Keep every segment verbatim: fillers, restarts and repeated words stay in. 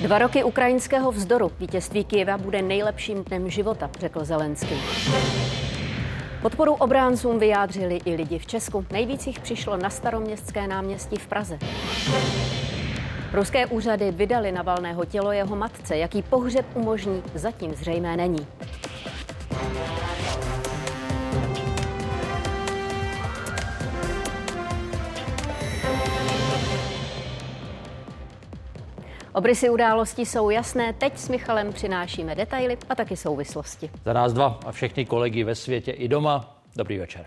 Dva roky ukrajinského vzdoru. Vítězství Kyjeva bude nejlepším dnem života, řekl Zelenský. Podporu obráncům vyjádřili i lidi v Česku. Nejvíc jich přišlo na Staroměstské náměstí v Praze. Ruské úřady vydali Navalného tělo jeho matce. Jaký pohřeb umožní, zatím zřejmé není. Obrysy událostí jsou jasné, teď s Michalem přinášíme detaily a taky souvislosti. Za nás dva a všechny kolegy ve světě i doma, dobrý večer.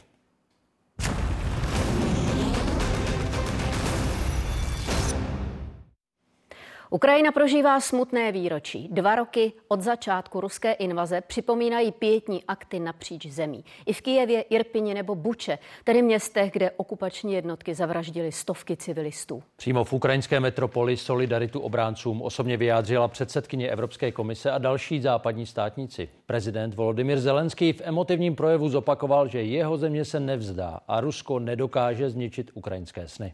Ukrajina prožívá smutné výročí. Dva roky od začátku ruské invaze připomínají pietní akty napříč zemí. I v Kyjevě, Irpině nebo Buče, tedy městech, kde okupační jednotky zavraždily stovky civilistů. Přímo v ukrajinské metropoli solidaritu obráncům osobně vyjádřila předsedkyně Evropské komise a další západní státníci. Prezident Volodymyr Zelenský v emotivním projevu zopakoval, že jeho země se nevzdá a Rusko nedokáže zničit ukrajinské sny.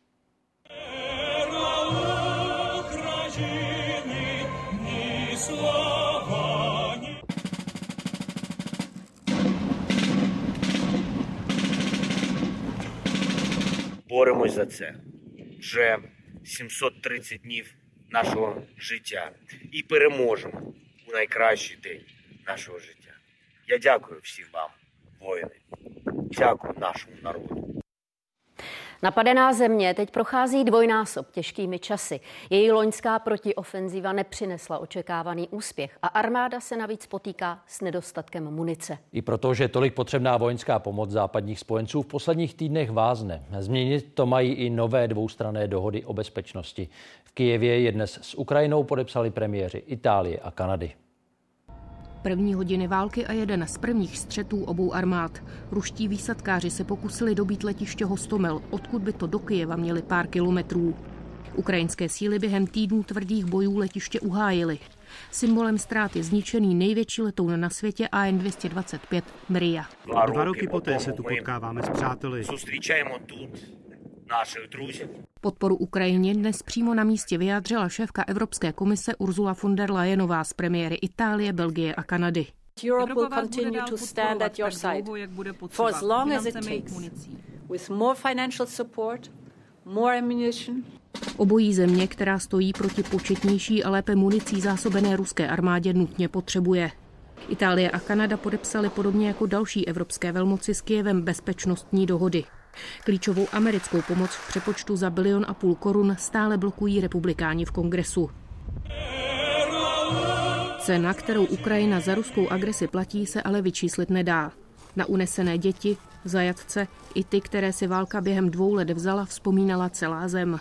Боремось за це вже сімсот тридцять днів нашого життя і переможемо у найкращий день нашого життя. Я дякую всім вам, воїни. Дякую нашому народу. Napadená země teď prochází dvojnásob těžkými časy. Její loňská protiofenziva nepřinesla očekávaný úspěch a armáda se navíc potýká s nedostatkem munice. I protože tolik potřebná vojenská pomoc západních spojenců v posledních týdnech vázne. Změnit to mají i nové dvoustranné dohody o bezpečnosti. V Kyjevě je dnes s Ukrajinou podepsali premiéři Itálie a Kanady. První hodiny války a jeden z prvních střetů obou armád. Ruští výsadkáři se pokusili dobít letiště Hostomel, odkud by to do Kyjeva měli pár kilometrů. Ukrajinské síly během týdnů tvrdých bojů letiště uhájily. Symbolem ztrát je zničený největší letoun na světě A N dvě stě dvacet pět Mriya. Dva roky poté se tu potkáváme s přáteli. Podporu Ukrajině dnes přímo na místě vyjádřila šéfka Evropské komise Ursula von der Leyenová s premiéry Itálie, Belgie a Kanady. Europe will continue to stand at your side for as long as it takes, with more financial support, more ammunition. Obojí země, která stojí proti početnější a lépe municí zásobené ruské armádě, nutně potřebuje. Itálie a Kanada podepsaly podobně jako další evropské velmoci s Kyjevem bezpečnostní dohody. Klíčovou americkou pomoc v přepočtu za bilion a půl korun stále blokují republikáni v kongresu. Cena, kterou Ukrajina za ruskou agresi platí, se ale vyčíslit nedá. Na unesené děti, zajatce i ty, které si válka během dvou let vzala, vzpomínala celá zem.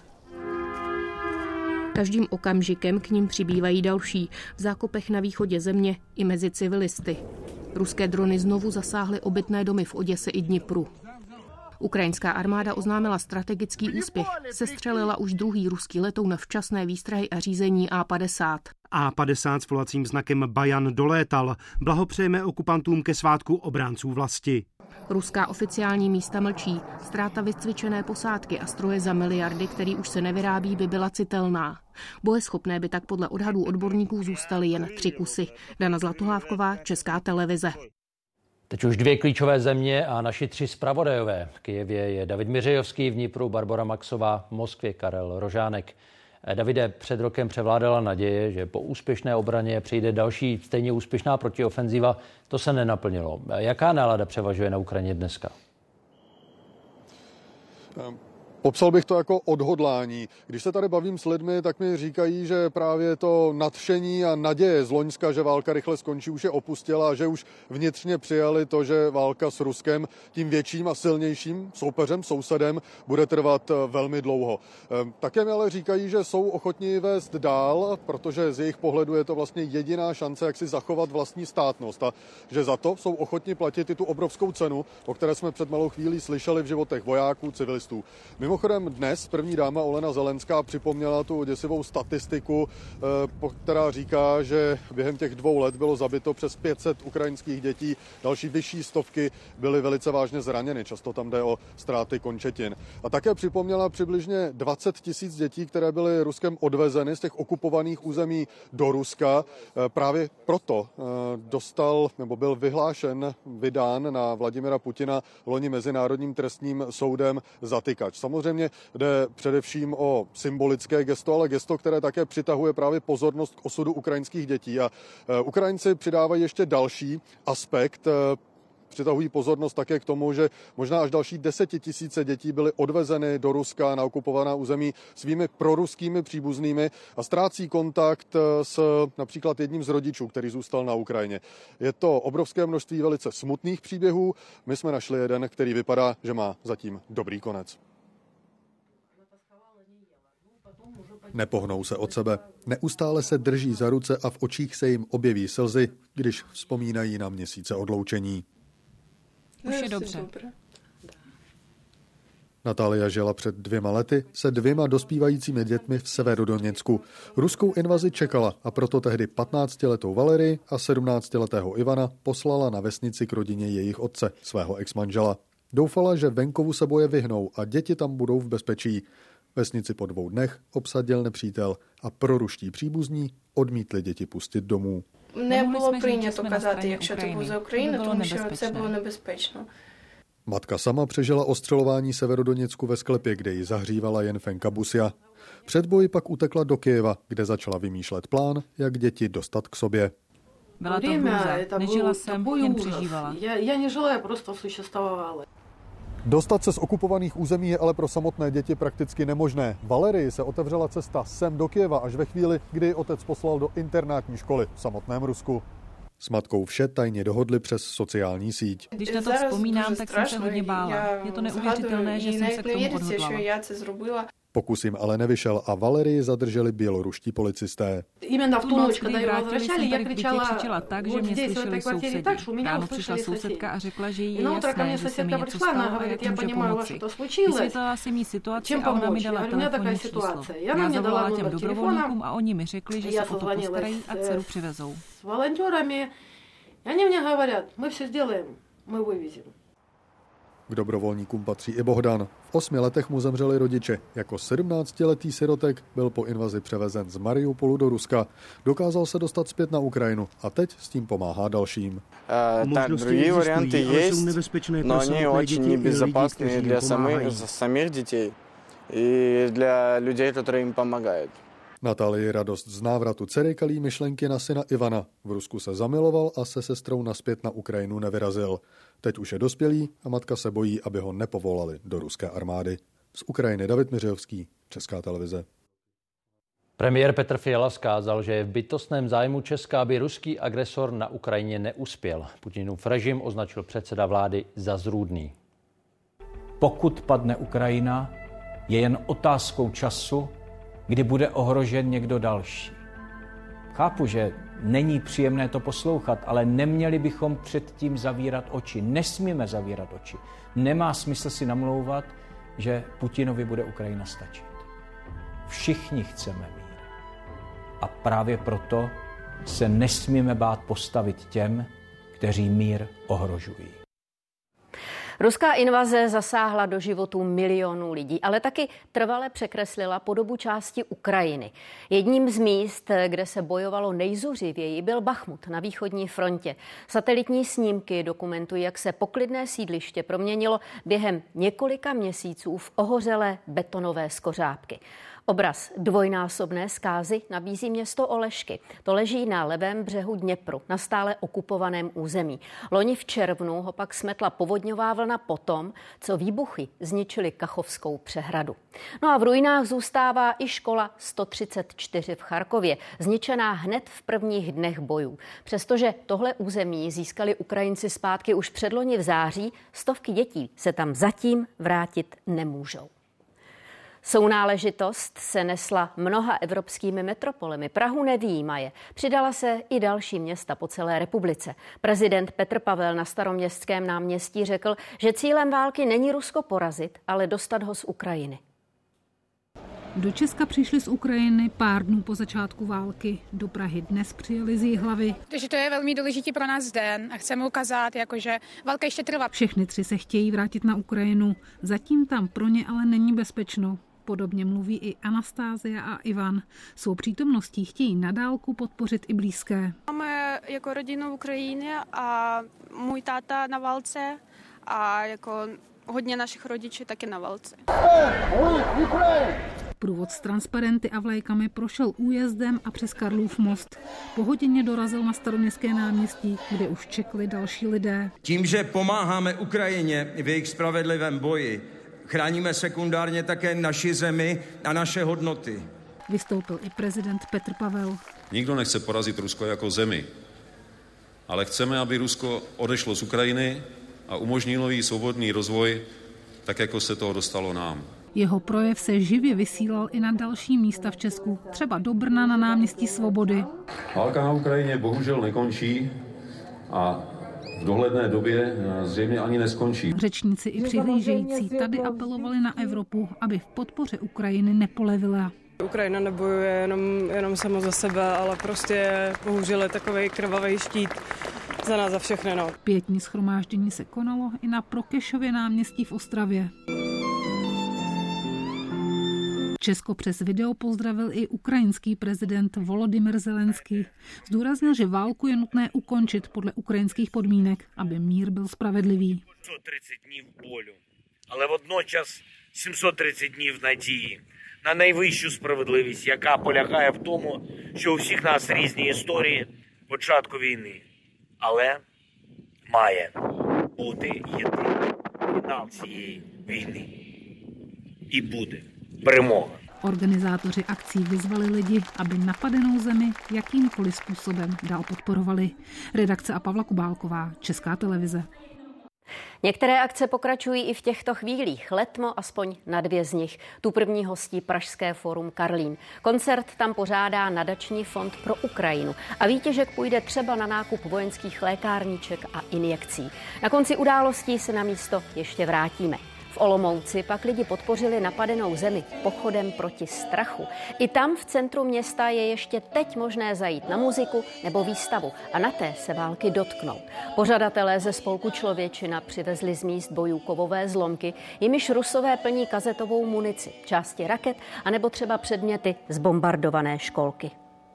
Každým okamžikem k nim přibývají další, v zákopech na východě země i mezi civilisty. Ruské drony znovu zasáhly obytné domy v Oděse i Dnipru. Ukrajinská armáda oznámila strategický úspěch. Sestřelila už druhý ruský letoun na včasné výstrahy a řízení A padesát. A padesát s volacím znakem Bajan dolétal. Blahopřejeme okupantům ke svátku obránců vlasti. Ruská oficiální místa mlčí. Ztráta vycvičené posádky a stroje za miliardy, který už se nevyrábí, by byla citelná. Bojeschopné by tak podle odhadů odborníků zůstaly jen tři kusy. Dana Zlatohlávková, Česká televize. Teď už dvě klíčové země a naši tři zpravodajové. V Kyjevě je David Miřejovský, v Dnipru Barbora Maxová, v Moskvě Karel Rožánek. Davide, před rokem převládala naděje, že po úspěšné obraně přijde další stejně úspěšná protiofenziva. To se nenaplnilo. Jaká nálada převažuje na Ukrajině dneska? Um. Popsal bych to jako odhodlání. Když se tady bavím s lidmi, tak mi říkají, že právě to nadšení a naděje z loňska, že válka rychle skončí, už je opustila a že už vnitřně přijali to, že válka s Ruskem, tím větším a silnějším soupeřem, sousedem, bude trvat velmi dlouho. Také mi ale říkají, že jsou ochotní vést dál, protože z jejich pohledu je to vlastně jediná šance, jak si zachovat vlastní státnost a že za to jsou ochotní platit i tu obrovskou cenu, o které jsme před malou chvílí slyšeli v životech vojáků, civilistů. Mimo Mimochodem dnes první dáma Olena Zelenská připomněla tu děsivou statistiku, která říká, že během těch dvou let bylo zabito přes pět set ukrajinských dětí, další vyšší stovky byly velice vážně zraněny, často tam jde o ztráty končetin. A také připomněla přibližně dvacet tisíc dětí, které byly Ruskem odvezeny z těch okupovaných území do Ruska. Právě proto dostal nebo byl vyhlášen, vydán na Vladimira Putina loni Mezinárodním trestním soudem zatykač. Samozřejmě jde především o symbolické gesto, ale gesto, které také přitahuje právě pozornost k osudu ukrajinských dětí. A Ukrajinci přidávají ještě další aspekt. Přitahují pozornost také k tomu, že možná až další desetitisíce dětí byly odvezeny do Ruska na okupovaná území svými proruskými příbuznými a ztrácí kontakt s například jedním z rodičů, který zůstal na Ukrajině. Je to obrovské množství velice smutných příběhů. My jsme našli jeden, který vypadá, že má zatím dobrý konec. Nepohnou se od sebe. Neustále se drží za ruce a v očích se jim objeví slzy, když vzpomínají na měsíce odloučení. Už je dobře. Natália žila před dvěma lety se dvěma dospívajícími dětmi v Severodoněcku. Ruskou invazi čekala a proto tehdy patnáctiletou Valerii a sedmnáctiletého Ivana poslala na vesnici k rodině jejich otce, svého exmanžela. Doufala, že venkovu se boje vyhnou a děti tam budou v bezpečí. Vesnici po dvou dnech obsadil nepřítel a proruští příbuzní odmítli děti pustit domů. Не було прийнято казати, якщо ти був за Україну, тому що це було небезпечно. Matka sama přežila ostřelování Severodoněcku ve sklepě, kde ji zahřívala jen Fenka Busia. Před boji pak utekla do Kyjeva, kde začala vymýšlet plán, jak děti dostat k sobě. Byla to hrůza, nežila jsem, jen přežívala. Já, já nežila, já prostě существовала. Dostat se z okupovaných území je ale pro samotné děti prakticky nemožné. Valerii se otevřela cesta sem do Kyjeva až ve chvíli, kdy otec poslal do internátní školy v samotném Rusku. S matkou vše tajně dohodli přes sociální síť. Když na to vzpomínám, tak jsem se hodně bála. Je to neuvěřitelné, že jsem se k tomu odhodlala. Pokus jim ale nevyšel a Valerii zadrželi běloruští policisté. Именно в ту ночь, когда его возвращали, я кричала tak, že mě slyšeli sousedí. Ráno přišla sousedka a řekla, že jí je jasné, že se mi něco stalo a jak může pomoci. Vysvětlila si mi situaci a ona mi dala telefonní číslo. Já zavolala těm dobrovolníkům a oni mi řekli, že se o to postarají a dceru přivezou. S волонтерами, они мне говорят, мы все сделаем, мы вывезем. K dobrovolníkům patří i Bohdan. V osmi letech mu zemřeli rodiče. Jako sedmnáctiletý sirotek byl po invazi převezen z Mariupolu do Ruska. Dokázal se dostat zpět na Ukrajinu a teď s tím pomáhá dalším. Tak, druhé varianty есть, но они очень небезопасные для самих, самих детей и для людей, которые им помогают. Natálii radost z návratu dcery kalí myšlenky na syna Ivana. V Rusku se zamiloval a se sestrou nazpět na Ukrajinu nevyrazil. Teď už je dospělý a matka se bojí, aby ho nepovolali do ruské armády. Z Ukrajiny David Miřejovský, Česká televize. Premiér Petr Fiala vzkázal, že je v bytostném zájmu Česka, aby ruský agresor na Ukrajině neuspěl. Putinův režim označil předseda vlády za zrůdný. Pokud padne Ukrajina, je jen otázkou času, kdy bude ohrožen někdo další. Chápu, že není příjemné to poslouchat, ale neměli bychom předtím zavírat oči. Nesmíme zavírat oči. Nemá smysl si namlouvat, že Putinovi bude Ukrajina stačit. Všichni chceme mír. A právě proto se nesmíme bát postavit těm, kteří mír ohrožují. Ruská invaze zasáhla do životů milionů lidí, ale taky trvale překreslila podobu části Ukrajiny. Jedním z míst, kde se bojovalo nejzuřivěji, byl Bachmut na východní frontě. Satelitní snímky dokumentují, jak se poklidné sídliště proměnilo během několika měsíců v ohořelé betonové skořápky. Obraz dvojnásobné zkázy nabízí město Olešky. To leží na levém břehu Dněpru, na stále okupovaném území. Loni v červnu ho pak smetla povodňová vlna potom, co výbuchy zničily Kachovskou přehradu. No a v ruinách zůstává i škola sto třicet čtyři v Charkově, zničená hned v prvních dnech bojů. Přestože tohle území získali Ukrajinci zpátky už předloni v září, stovky dětí se tam zatím vrátit nemůžou. Sounáležitost se nesla mnoha evropskými metropolemi. Prahu nevyjímaje. Přidala se i další města po celé republice. Prezident Petr Pavel na Staroměstském náměstí řekl, že cílem války není Rusko porazit, ale dostat ho z Ukrajiny. Do Česka přišli z Ukrajiny pár dnů po začátku války. Do Prahy dnes přijeli z Jihlavy. Takže to je velmi důležitý pro nás den a chceme ukázat, jakože válka ještě trvá. Všechny tři se chtějí vrátit na Ukrajinu. Zatím tam pro ně ale není bezpečno. Podobně mluví i Anastázia a Ivan. Svou přítomností chtějí na dálku podpořit i blízké. Máme jako rodinu v Ukrajině a můj táta na válce a jako hodně našich rodičů taky na válce. Průvod s transparenty a vlajkami prošel újezdem a přes Karlův most. Po hodině dorazil na Staroměstské náměstí, kde už čekali další lidé. Tím, že pomáháme Ukrajině v jejich spravedlivém boji, chráníme sekundárně také naši zemi a naše hodnoty. Vystoupil i prezident Petr Pavel. Nikdo nechce porazit Rusko jako zemi, ale chceme, aby Rusko odešlo z Ukrajiny a umožnilo jí svobodný rozvoj, tak jako se toho dostalo nám. Jeho projev se živě vysílal i na další místa v Česku, třeba do Brna na náměstí Svobody. Válka na Ukrajině bohužel nekončí a v dohledné době zřejmě ani neskončí. Řečníci i přihlížející tady apelovali na Evropu, aby v podpoře Ukrajiny nepolevila. Ukrajina nebojuje jenom, jenom sama za sebe, ale prostě bohužel je takovej krvavý štít za nás, za všechny. No. Pětní shromáždění se konalo i na Prokešově náměstí v Ostravě. Česko přes video pozdravil i ukrajinský prezident Volodymyr Zelenský. Zdůraznil, že válku je nutné ukončit podle ukrajinských podmínek, aby mír byl spravedlivý. сімсот тридцять днів болю, але водночас сімсот тридцять днів надії на найвищу справедливість, яка полягає в тому, що у всіх нас різні історії початку війни. Але має бути єдиний фінал цієї війни. І буде перемога. Organizátoři akcí vyzvali lidi, aby napadenou zemi jakýmkoliv způsobem dál podporovali. Redakce a Pavla Kubálková, Česká televize. Některé akce pokračují i v těchto chvílích. Letmo aspoň na dvě z nich. Tu první hostí Pražské fórum Karlín. Koncert tam pořádá nadační fond pro Ukrajinu a výtěžek půjde třeba na nákup vojenských lékárníček a injekcí. Na konci událostí se na místo ještě vrátíme. V Olomouci pak lidi podpořili napadenou zemi pochodem proti strachu. I tam v centru města je ještě teď možné zajít na muziku nebo výstavu a na té se války dotknout. Pořadatelé ze spolku Člověčina přivezli z míst bojů kovové zlomky, jimiž Rusové plní kazetovou munici, části raket anebo třeba předměty z bombardované školky.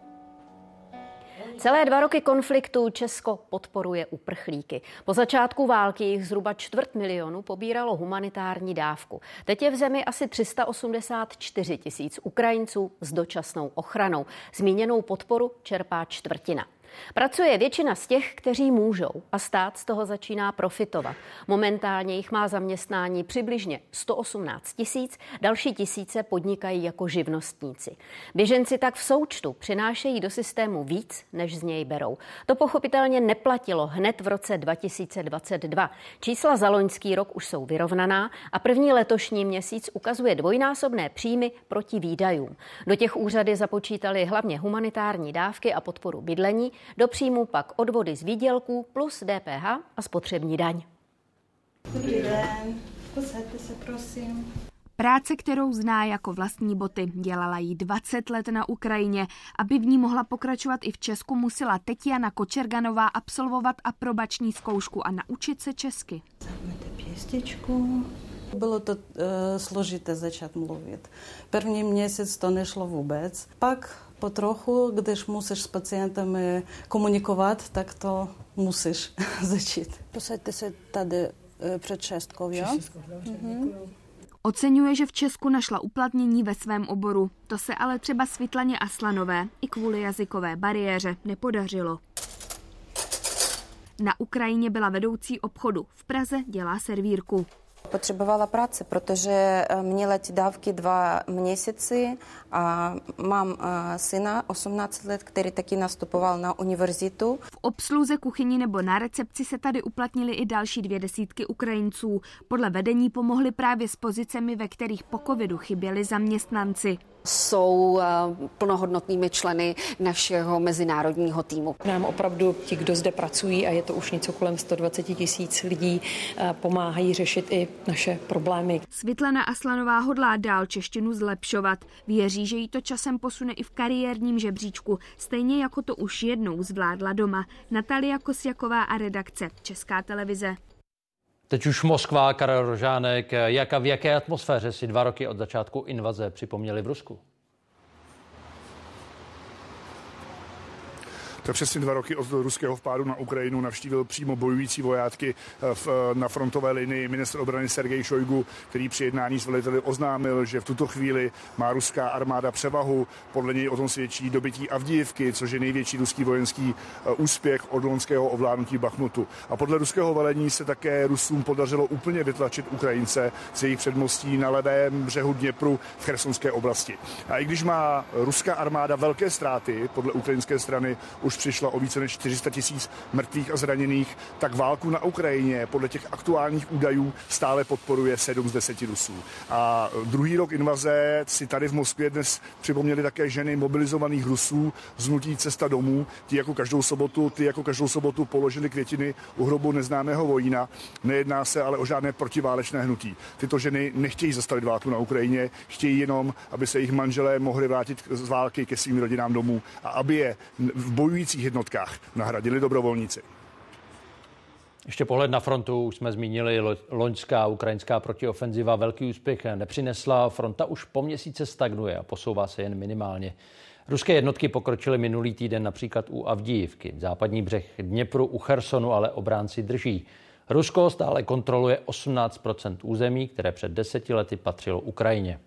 Celé dva roky konfliktu Česko podporuje uprchlíky. Po začátku války jich zhruba čtvrt milionu pobíralo humanitární dávku. Teď je v zemi asi tři sta osmdesát čtyři tisíc Ukrajinců s dočasnou ochranou. Zmíněnou podporu čerpá čtvrtina. Pracuje většina z těch, kteří můžou a stát z toho začíná profitovat. Momentálně jich má zaměstnání přibližně sto osmnáct tisíc, další tisíce podnikají jako živnostníci. Běženci tak v součtu přinášejí do systému víc, než z něj berou. To pochopitelně neplatilo hned v roce dva tisíce dvacet dva. Čísla za loňský rok už jsou vyrovnaná a první letošní měsíc ukazuje dvojnásobné příjmy proti výdajům. Do těch úřady započítali hlavně humanitární dávky a podporu bydlení, do příjmu pak odvody z výdělků plus D P H a spotřební daň. Dobrý den, posaďte se prosím. Práce, kterou zná jako vlastní boty, dělala jí dvacet let na Ukrajině. Aby v ní mohla pokračovat i v Česku, musela Tetiana Kočerganová absolvovat aprobační zkoušku a naučit se česky. Zahněte pěstičku. Bylo to uh, složité začít mluvit. První měsíc to nešlo vůbec. Pak potrochu, když musíš s pacientami komunikovat, tak to musíš začít. Posaďte se tady před šestkou, jo? Mhm. Oceňuje, že v Česku našla uplatnění ve svém oboru. To se ale třeba Světlaně Aslanové i kvůli jazykové bariéře nepodařilo. Na Ukrajině byla vedoucí obchodu, v Praze dělá servírku. Potřebovala práci, protože měla ty dávky dva měsíce a mám syna osmnáct let, který taky nastupoval na univerzitu. V obsluze, kuchyni nebo na recepci se tady uplatnili i další dvě desítky Ukrajinců. Podle vedení pomohli právě s pozicemi, ve kterých po covidu chyběli zaměstnanci. Jsou plnohodnotnými členy našeho mezinárodního týmu. Nám opravdu ti, kdo zde pracují, a je to už něco kolem sto dvacet tisíc lidí, pomáhají řešit i naše problémy. Světlana Aslanová hodlá dál češtinu zlepšovat. Věří, že jí to časem posune i v kariérním žebříčku, stejně jako to už jednou zvládla doma. Natalia Kosjaková a redakce Česká televize. Teď už Moskva, Karel Rožánek. Jak a v jaké atmosféře si dva roky od začátku invaze připomněli v Rusku? To přesně dva roky od ruského vpádu na Ukrajinu navštívil přímo bojující vojáky v, na frontové linii ministr obrany Sergej Šojgu, který při jednání s veliteli oznámil, že v tuto chvíli má ruská armáda převahu. Podle něj o tom svědčí dobytí Avdijivky, což je největší ruský vojenský úspěch od loňského ovládnutí Bachmutu. A podle ruského velení se také Rusům podařilo úplně vytlačit Ukrajince z jejich předmostí na levém břehu Dněpru v Chersonské oblasti. A i když má ruská armáda velké ztráty, podle ukrajinské strany už přišla o více než čtyři sta tisíc mrtvých a zraněných, tak válku na Ukrajině podle těch aktuálních údajů stále podporuje sedm z deseti Rusů. A druhý rok invaze si tady v Moskvě dnes připomněli také ženy mobilizovaných Rusů z hnutí Cesta domů. Ti jako každou sobotu, ty jako každou sobotu položili květiny u hrobu neznámého vojína. Nejedná se ale o žádné protiválečné hnutí. Tyto ženy nechtějí zastavit válku na Ukrajině, chtějí jenom, aby se jejich manželé mohli vrátit z války ke svým rodinám domů a aby je v bojujících jednotkách nahradili dobrovolníci. Ještě pohled na frontu, už jsme zmínili, loňská ukrajinská protiofenziva velký úspěch nepřinesla. Fronta už po měsíce stagnuje a posouvá se jen minimálně. Ruské jednotky pokročily minulý týden například u Avdijivky. Západní břeh Dněpru u Chersonu ale obránci drží. Rusko stále kontroluje osmnáct procent území, které před deseti lety patřilo Ukrajině.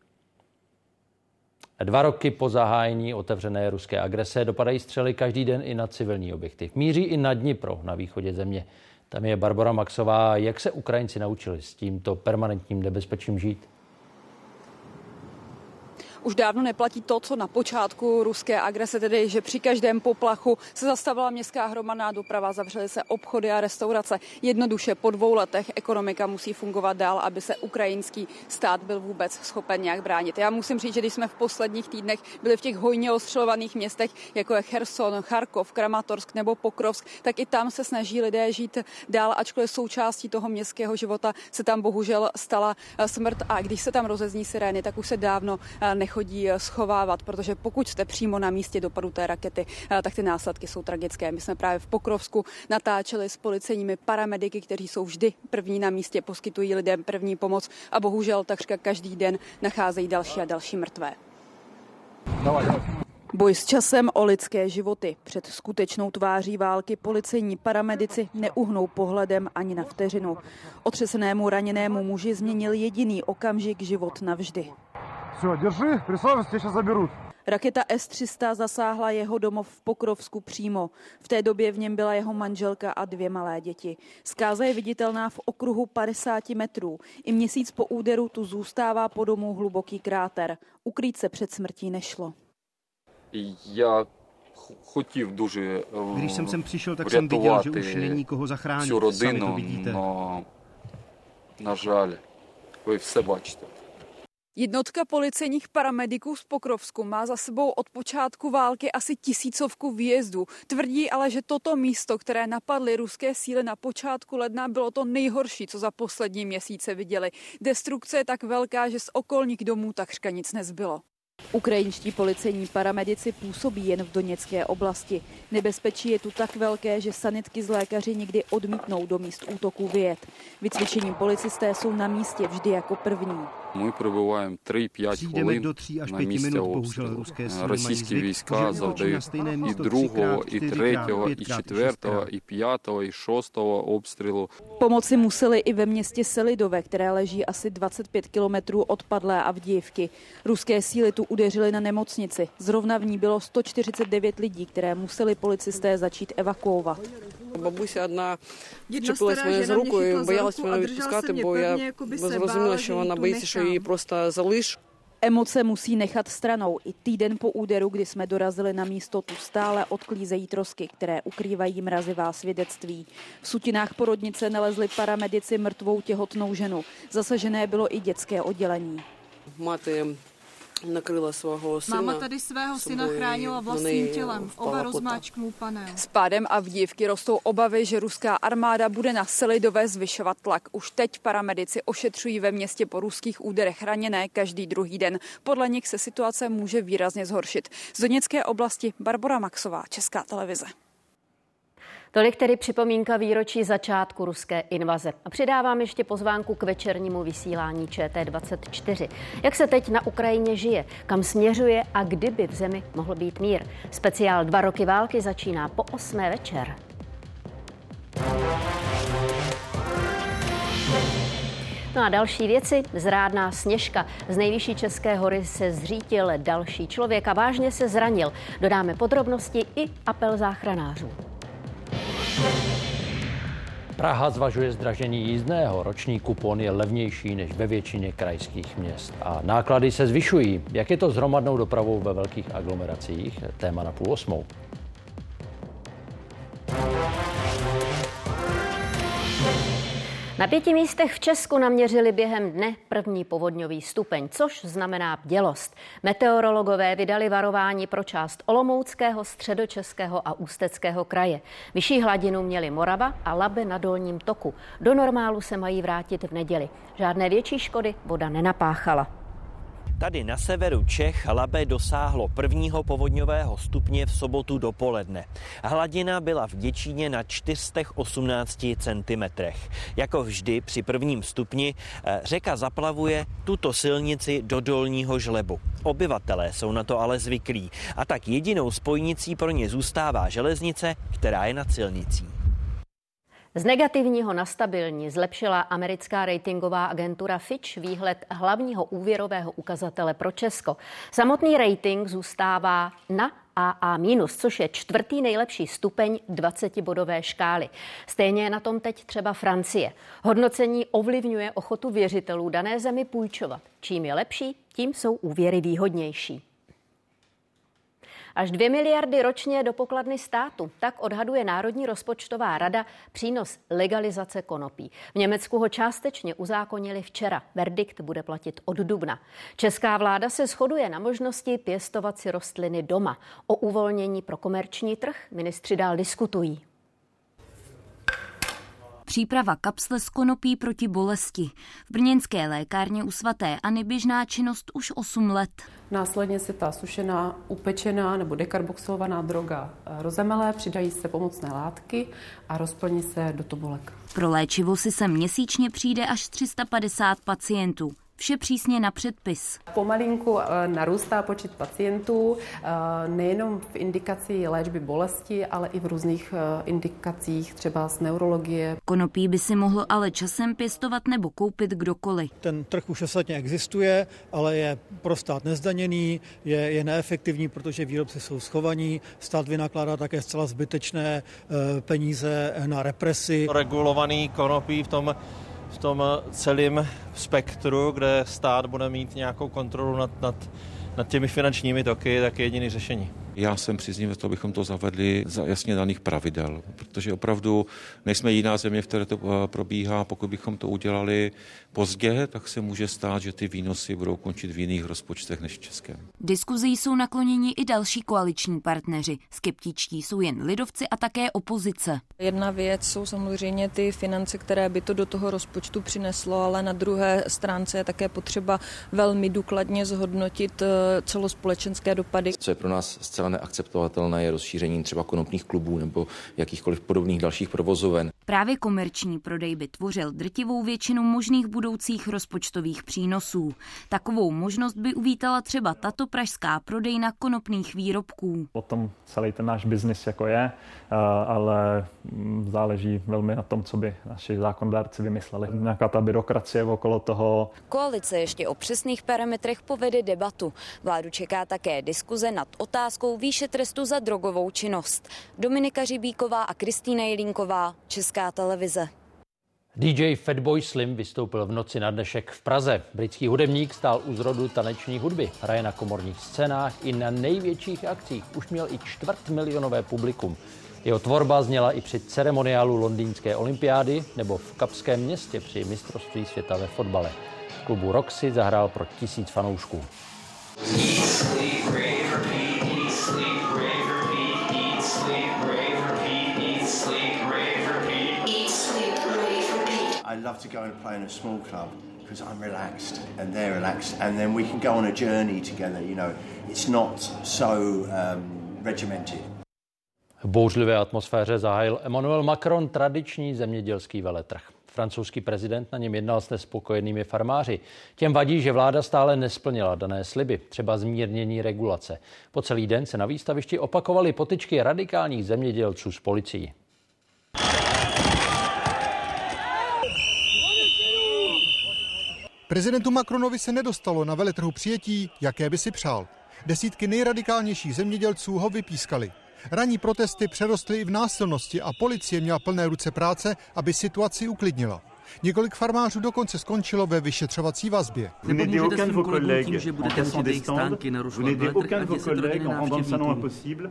Dva roky po zahájení otevřené ruské agrese dopadají střely každý den i na civilní objekty. Míří i na Dnipro, na východě země. Tam je Barbora Maxová. Jak se Ukrajinci naučili s tímto permanentním nebezpečím žít? Už dávno neplatí to, co na počátku ruské agrese, tedy že při každém poplachu se zastavila městská hromadná doprava, zavřely se obchody a restaurace. Jednoduše po dvou letech ekonomika musí fungovat dál, aby se ukrajinský stát byl vůbec schopen nějak bránit. Já musím říct, že když jsme v posledních týdnech byli v těch hojně ostřelovaných městech, jako je Cherson, Charkov, Kramatorsk nebo Pokrovsk, tak i tam se snaží lidé žít dál, ačkoliv součástí toho městského života se tam bohužel stala smrt a když se tam rozezní sirény, tak už se dávno nech chodí schovávat, protože pokud jste přímo na místě dopadu té rakety, tak ty následky jsou tragické. My jsme právě v Pokrovsku natáčeli s policejními paramediky, kteří jsou vždy první na místě, poskytují lidem první pomoc a bohužel takřka každý den nacházejí další a další mrtvé. Boj s časem o lidské životy. Před skutečnou tváří války policejní paramedici neuhnou pohledem ani na vteřinu. Otřesenému raněnému muži změnil jediný okamžik život navždy. Raketa S tři sta zasáhla jeho domov v Pokrovsku přímo. V té době v něm byla jeho manželka a dvě malé děti. Zkáza je viditelná v okruhu padesát metrů. I měsíc po úderu tu zůstává po domu hluboký kráter. Ukrýt se před smrtí nešlo. Já chtěl дуже Když jsem sem přišel, tak jsem viděl, že už není koho zachránit. Sami to vidíte. No, na žal, vy vše bačte. Jednotka policejních paramediků z Pokrovsku má za sebou od počátku války asi tisícovku výjezdů. Tvrdí ale, že toto místo, které napadly ruské síly na počátku ledna, bylo to nejhorší, co za poslední měsíce viděli. Destrukce je tak velká, že z okolních domů takřka nic nezbylo. Ukrajinští policejní paramedici působí jen v Doněcké oblasti. Nebezpečí je tu tak velké, že sanitky z lékaři někdy odmítnou do míst útoků vyjet. Vycvičení policisté jsou na místě vždy jako první. My probíváme tři pět chvilin na místě obstřelu. Rosijské vojska zavdají i druhého, i třetího, i čtvrtého, i pátého, i šestého obstřelu. Pomoci museli i ve městě Selidove, které leží asi dvacet pět kilometrů od padlé Avdijivky. Ruské síly tu udeřily na nemocnici. Zrovna v ní bylo sto čtyřicet devět lidí, které museli policisté začít evakuovat. Бабуся одна вчепилась мене за руку і боялась мене відпускати, бо я зрозуміла, що вона боїться, що її просто залиш. Emoce musí nechat stranou. I týden po úderu, kdy jsme dorazili na místo, tu stále odklízejí trosky, které ukrývají mrazivá svědectví. V sutinách porodnice nalezli paramedici mrtvou těhotnou ženu. Zasažené bylo i dětské oddělení. Máte nakryla svého syna. Máma tady svého syna chránila vlastním tělem. Oba rozmáčknul panel. S pádem Avdívky rostou obavy, že ruská armáda bude na Selidové zvyšovat tlak. Už teď paramedici ošetřují ve městě po ruských úderech raněné každý druhý den. Podle nich se situace může výrazně zhoršit. Z Doněcké oblasti Barbora Maxová, Česká televize. Tolik tedy připomínka výročí začátku ruské invaze. A přidávám ještě pozvánku k večernímu vysílání Č T dvacet čtyři. Jak se teď na Ukrajině žije, kam směřuje a kdyby v zemi mohl být mír. Speciál Dva roky války začíná po osmé večer. No a další věci. Zrádná sněžka. Z nejvyšší české hory se zřítil další člověk a vážně se zranil. Dodáme podrobnosti i apel záchranářů. Praha zvažuje zdražení jízdného. Roční kupon je levnější než ve většině krajských měst. A náklady se zvyšují. Jak je to s hromadnou dopravou ve velkých aglomeracích? Téma na půl osmou. Na pěti místech v Česku naměřili během dne první povodňový stupeň, což znamená bdělost. Meteorologové vydali varování pro část Olomouckého, Středočeského a Ústeckého kraje. Vyšší hladinu měly Morava a Labe na dolním toku. Do normálu se mají vrátit v neděli. Žádné větší škody voda nenapáchala. Tady na severu Čech Labe dosáhlo prvního povodňového stupně v sobotu dopoledne. Hladina byla v Děčíně na čtyři sta osmnáct centimetrech. Jako vždy při prvním stupni řeka zaplavuje tuto silnici do Dolního Žlebu. Obyvatelé jsou na to ale zvyklí a tak jedinou spojnicí pro ně zůstává železnice, která je nad silnicí. Z negativního na stabilní zlepšila americká ratingová agentura Fitch výhled hlavního úvěrového ukazatele pro Česko. Samotný rating zůstává na A A minus, což je čtvrtý nejlepší stupeň dvacetibodové škály. Stejně je na tom teď třeba Francie. Hodnocení ovlivňuje ochotu věřitelů dané zemi půjčovat. Čím je lepší, tím jsou úvěry výhodnější. Až dvě miliardy ročně do pokladny státu. Tak odhaduje Národní rozpočtová rada přínos legalizace konopí. V Německu ho částečně uzákonili včera. Verdikt bude platit od dubna. Česká vláda se shoduje na možnosti pěstovat si rostliny doma. O uvolnění pro komerční trh ministři dál diskutují. Příprava kapsle z konopí proti bolesti. V brněnské lékárně u svaté Anny běžná činnost už osm let. Následně se ta sušená, upečená nebo dekarboxylovaná droga rozemele, přidají se pomocné látky a rozplní se do tobolek. Pro léčivo si sem měsíčně přijde až tři sta padesát pacientů. Vše přísně na předpis. Pomalinku narůstá počet pacientů nejenom v indikaci léčby bolesti, ale i v různých indikacích, třeba z neurologie. Konopí by si mohl ale časem pěstovat nebo koupit kdokoliv. Ten trh už ostatně existuje, ale je pro stát nezdaněný, je, je neefektivní, protože výrobci jsou schovaní. Stát vynakládá také zcela zbytečné peníze na represi. Regulovaný konopí v tom v tom celém spektru, kde stát bude mít nějakou kontrolu nad, nad, nad těmi finančními toky, tak je jediný řešení. Já jsem příznivec toho, abychom to zavedli za jasně daných pravidel, protože opravdu nejsme jiná země, v které to probíhá. Pokud bychom to udělali pozdě, tak se může stát, že ty výnosy budou končit v jiných rozpočtech než v českém. Diskuzi jsou nakloněni i další koaliční partneři. Skeptičtí jsou jen lidovci a také opozice. Jedna věc jsou samozřejmě ty finance, které by to do toho rozpočtu přineslo, ale na druhé stránce je také potřeba velmi důkladně zhodnotit celospolečenské dopady. Co je pro nás zcela neakceptovatelné je rozšíření třeba konopných klubů nebo jakýchkoliv podobných dalších provozoven. Právě komerční prodej by tvořil drtivou většinu možných budoucích rozpočtových přínosů. Takovou možnost by uvítala třeba tato pražská prodejna konopných výrobků. Potom celý ten náš biznis jako je, ale záleží velmi na tom, co by naši zákonodárci vymysleli. Nějaká ta byrokracie okolo toho. Koalice ještě o přesných parametrech povede debatu. Vládu čeká také diskuze nad otázkou celou výši trestu za drogovou činnost. Dominika Řibíková a Kristýna Jelínková, Česká televize. D J Fatboy Slim vystoupil v noci na dnešek v Praze. Britský hudebník stál u zrodu taneční hudby. Hraje na komorních scénách i na největších akcích. Už měl i čtvrtmilionové publikum. Jeho tvorba zněla i při ceremoniálu londýnské olympiády nebo v Kapském městě při mistrovství světa ve fotbale. V klubu Roxy zahrál pro tisíc fanoušků. I love to go and play in a small club because I'm relaxed and they're relaxed, and then we can go on a journey together. You know, it's not so um, regimented. V bouřlivé atmosféře zahájil Emmanuel Macron tradiční zemědělský veletrh. Francouzský prezident na něm jednal s nespokojenými farmáři. Těm vadí, že vláda stále nesplnila dané sliby, třeba zmírnění regulace. Po celý den se na výstavišti opakovaly potyčky radikálních zemědělců s policií. Prezidentu Macronovi se nedostalo na veletrhu přijetí, jaké by si přál. Desítky nejradikálnějších zemědělců ho vypískali. Ranní protesty přerostly i v násilnosti a policie měla plné ruce práce, aby situaci uklidnila. Několik farmářů dokonce skončilo ve vyšetřovací vazbě. Nepomůžete svým kolegům tím, že budete muset jejich stánky narušovat veletrh a děsit rodinné návštěvníků.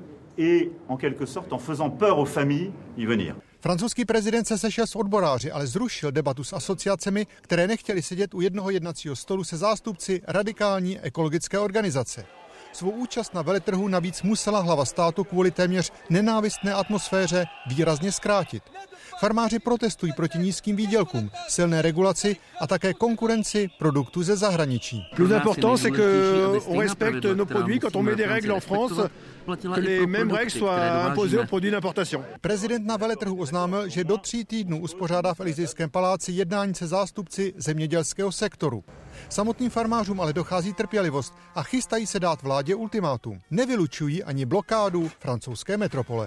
Francouzský prezident se sešel s odboráři, ale zrušil debatu s asociacemi, které nechtěli sedět u jednoho jednacího stolu se zástupci radikální ekologické organizace. Svou účast na veletrhu navíc musela hlava státu kvůli téměř nenávistné atmosféře výrazně zkrátit. Farmáři protestují proti nízkým výdělkům, silné regulaci a také konkurenci produktů ze zahraničí. Plus important, c'est que on respecte nos produits quand on met des règles en France, que les mêmes règles soient imposées aux produits d'importation. Prezident na veletrhu oznámil, že do tří týdnů uspořádá v Elysejském paláci jednání se zástupci zemědělského sektoru. Samotným farmářům ale dochází trpělivost a chystají se dát vládě ultimátum. Nevylučují ani blokádu francouzské metropole.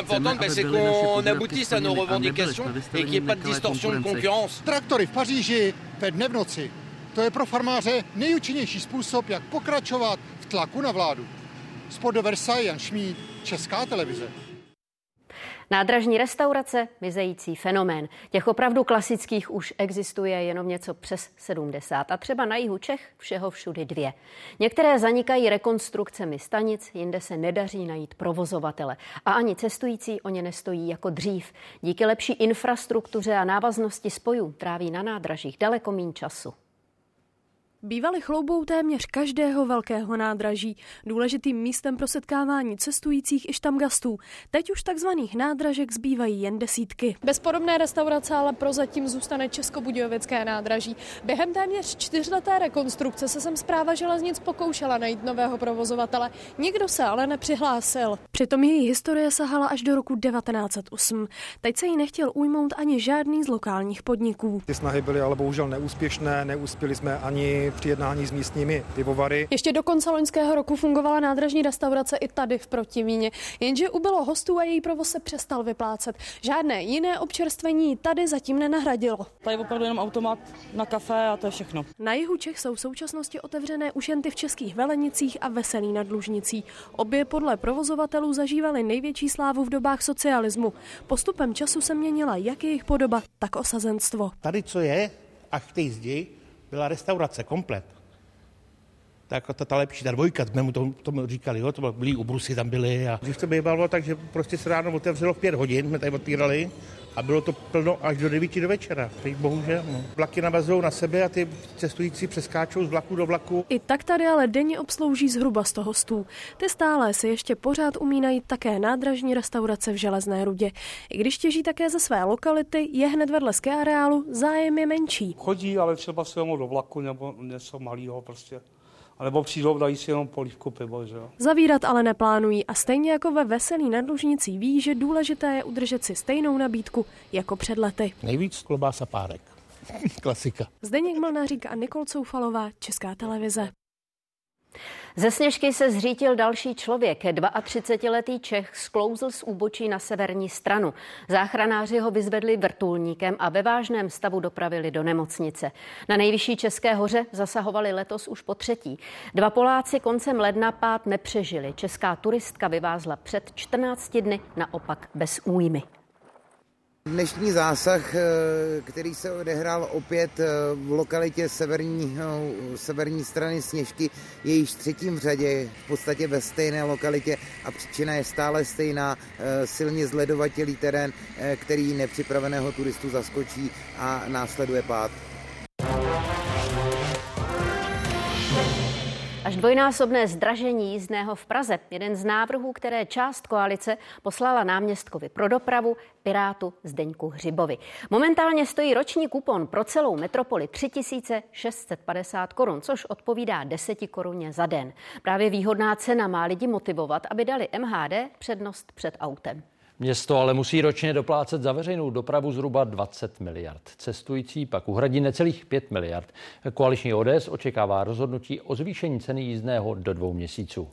Traktory v Paříži ve dne v noci. To je pro farmáře nejúčinnější způsob, jak pokračovat v tlaku na vládu. Spod do Versailles, Jan Šmíd, Česká televize. Nádražní restaurace, mizející fenomén. Těch opravdu klasických už existuje jenom něco přes sedmdesát a třeba na jihu Čech všeho všudy dvě. Některé zanikají rekonstrukcemi stanic, jinde se nedaří najít provozovatele a ani cestující o ně nestojí jako dřív. Díky lepší infrastruktuře a návaznosti spojů tráví na nádražích daleko méně času. Bývaly chloubou téměř každého velkého nádraží, důležitým místem pro setkávání cestujících i štamgastů. Teď už takzvaných nádražek zbývají jen desítky. Bez podobné restaurace ale prozatím zůstane Českobudějovické nádraží. Během téměř čtyřleté rekonstrukce se sem Správa železnic pokoušela najít nového provozovatele. Nikdo se ale nepřihlásil. Přitom její historie sahala až do roku devatenáct set osm. Teď se jí nechtěl ujmout ani žádný z lokálních podniků. Ty snahy byly ale bohužel neúspěšné, neuspěli jsme ani při jednání s místními pivovary. Ještě do konce loňského roku fungovala nádražní restaurace i tady v Protimíně, jenže ubylo hostů a její provoz se přestal vyplácet. Žádné jiné občerstvení tady zatím nenahradilo. Tady je opravdu jenom automat na kafe a to je všechno. Na jihu Čech jsou v současnosti otevřené už jen ty v Českých Velenicích a Veselí nad Lužnicí. Obě podle provozovatelů zažívaly největší slávu v dobách socialismu. Postupem času se měnila jak jejich podoba, tak osazenstvo. Tady co je, až v té zdi, byla restaurace komplet. Tak ta, ta lepší, ta dvojka, jsme mu to, tomu říkali, jo, to byly ubrusy tam byly. A když to bývalo, takže prostě se ráno otevřelo v pět hodin, jsme tady otvírali a bylo to plno až do devíti do večera. Teď bohužel. No. Vlaky navazují na sebe a ty cestující přeskáčou z vlaku do vlaku. I tak tady ale denně obslouží zhruba sto hostů. Ty stále si ještě pořád umí najít také nádražní restaurace v Železné Rudě. I když těží také ze své lokality, je hned vedle ski areálu, zájem je menší. Chodí, ale třeba se jenom do vlaku nebo něco malého prostě. A nebo přijdou, dají si jenom polívku pivo, že jo. Zavírat ale neplánují a stejně jako ve Veselí nad Lužnicí ví, že důležité je udržet si stejnou nabídku jako před lety. Nejvíc klobása párek. Klasika. Zdeněk Mlnářík a Nikol Coufalová, Česká televize. Ze Sněžky se zřítil další člověk. třicetiletý Čech sklouzl z úbočí na severní stranu. Záchranáři ho vyzvedli vrtulníkem a ve vážném stavu dopravili do nemocnice. Na nejvyšší České hoře zasahovali letos už po třetí. Dva Poláci koncem ledna pád nepřežili. Česká turistka vyvázla před čtrnácti dny naopak bez újmy. Dnešní zásah, který se odehrál opět v lokalitě severní, severní strany Sněžky, je již třetím v řadě, v podstatě ve stejné lokalitě a příčina je stále stejná, silně zledovatělý terén, který nepřipraveného turistu zaskočí a následuje pád. Až dvojnásobné zdražení jízdného v Praze. Jeden z návrhů, které část koalice poslala náměstkovi pro dopravu, Pirátu Zdeňku Hřibovi. Momentálně stojí roční kupon pro celou metropoli tři tisíce šest set padesát korun, což odpovídá deseti koruně za den. Právě výhodná cena má lidi motivovat, aby dali M H D přednost před autem. Město ale musí ročně doplácet za veřejnou dopravu zhruba dvacet miliard. Cestující pak uhradí necelých pět miliard. Koaliční O D S očekává rozhodnutí o zvýšení ceny jízdného do dvou měsíců.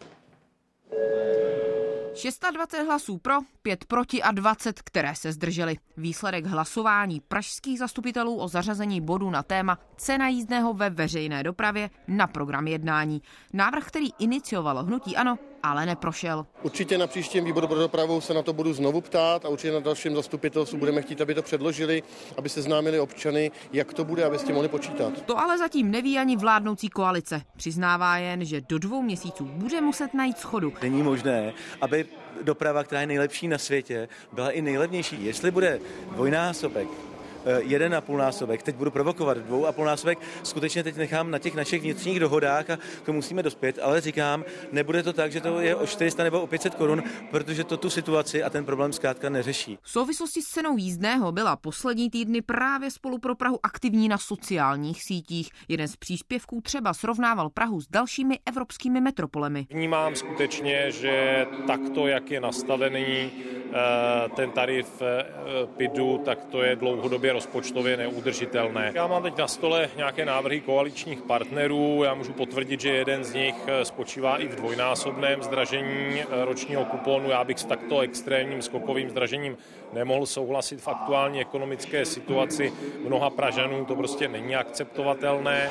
dvacet šest hlasů pro, pět proti a dvacet, které se zdržely. Výsledek hlasování pražských zastupitelů o zařazení bodu na téma cena jízdného ve veřejné dopravě na program jednání. Návrh, který iniciovalo hnutí ANO, ale neprošel. Určitě na příštím výboru pro dopravu se na to budu znovu ptát a určitě na dalším zastupitelstvu budeme chtít, aby to předložili, aby se známili občany, jak to bude, aby s tím mohli počítat. To ale zatím neví ani vládnoucí koalice. Přiznává jen, že do dvou měsíců bude muset najít shodu. Není možné, aby doprava, která je nejlepší na světě, byla i nejlevnější. Jestli bude dvojnásobek, jeden a půl násobek, teď budu provokovat dvou a půl násobek, skutečně teď nechám na těch našich vnitřních dohodách a to musíme dospět, ale říkám, nebude to tak, že to je o čtyři sta nebo o pět set korun, protože to tu situaci a ten problém zkrátka neřeší. V souvislosti s cenou jízdného byla poslední týdny právě Spolu pro Prahu aktivní na sociálních sítích. Jeden z příspěvků třeba srovnával Prahu s dalšími evropskými metropolemi. Vnímám skutečně, že takto, jak je nastavený ten tarif P I D U, tak to je dlouhodobě rozpočtově neudržitelné. Já mám teď na stole nějaké návrhy koaličních partnerů. Já můžu potvrdit, že jeden z nich spočívá i v dvojnásobném zdražení ročního kuponu. Já bych s takto extrémním skokovým zdražením nemohl souhlasit v aktuální ekonomické situaci mnoha Pražanů. To prostě není akceptovatelné.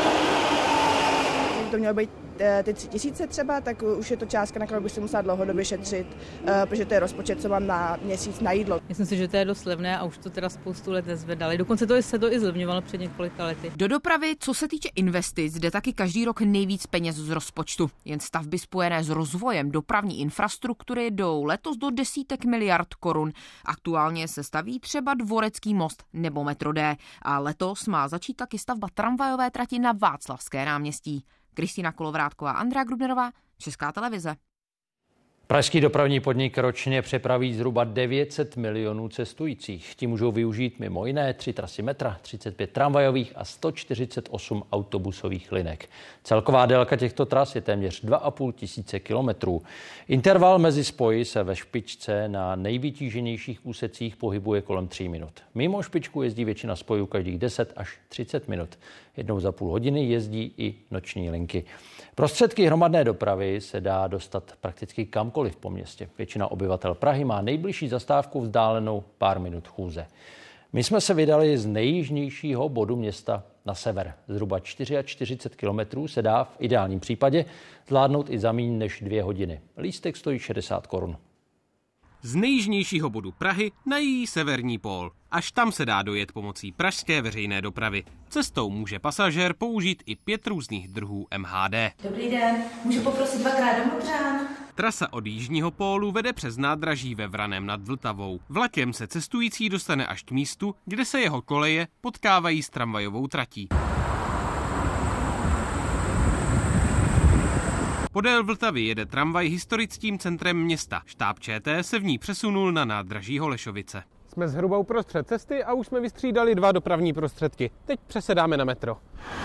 To mělo být ty tři tisíce třeba, tak už je to částka, na kterou bych si musela dlouhodobě šetřit, protože to je rozpočet, co mám na měsíc na jídlo. Myslím si, že to je dost levné a už to teda spoustu let nezvedali. Dokonce to se to i zlevňovalo před několika lety. Do dopravy, co se týče investic, jde taky každý rok nejvíc peněz z rozpočtu. Jen stavby spojené s rozvojem dopravní infrastruktury jdou letos do desítek miliard korun. Aktuálně se staví třeba Dvorecký most nebo metro D. A letos má začít taky stavba tramvajové trati na Václavské náměstí. Kristýna Kolovrátková, Andrea Grubnerová, Česká televize. Pražský dopravní podnik ročně přepraví zhruba devět set milionů cestujících. Ti můžou využít mimo jiné tři trasy metra, třicet pět tramvajových a sto čtyřicet osm autobusových linek. Celková délka těchto tras je téměř dva a půl tisíce kilometrů. Interval mezi spoji se ve špičce na nejvytíženějších úsecích pohybuje kolem tří minut. Mimo špičku jezdí většina spojů každých deset až třicet minut. Jednou za půl hodiny jezdí i noční linky. Prostředky hromadné dopravy se dá dostat prakticky kamkoliv po městě. Většina obyvatel Prahy má nejbližší zastávku vzdálenou pár minut chůze. My jsme se vydali z nejjižnějšího bodu města na sever. Zhruba čtyřicet čtyři kilometrů se dá v ideálním případě zvládnout i za méně než dvě hodiny. Lístek stojí šedesát korun. Z nejjižnějšího bodu Prahy na její severní pól. Až tam se dá dojet pomocí pražské veřejné dopravy. Cestou může pasažér použít i pět různých druhů M H D. Dobrý den, můžu poprosit dvakrát do Modřán? Trasa od jižního pólu vede přes nádraží ve Vraném nad Vltavou. Vlakem se cestující dostane až k místu, kde se jeho koleje potkávají s tramvajovou tratí. Podél Vltavy jede tramvaj historickým centrem města. Štáb Č T se v ní přesunul na nádraží Holešovice. Jsme zhruba uprostřed cesty a už jsme vystřídali dva dopravní prostředky. Teď přesedáme na metro.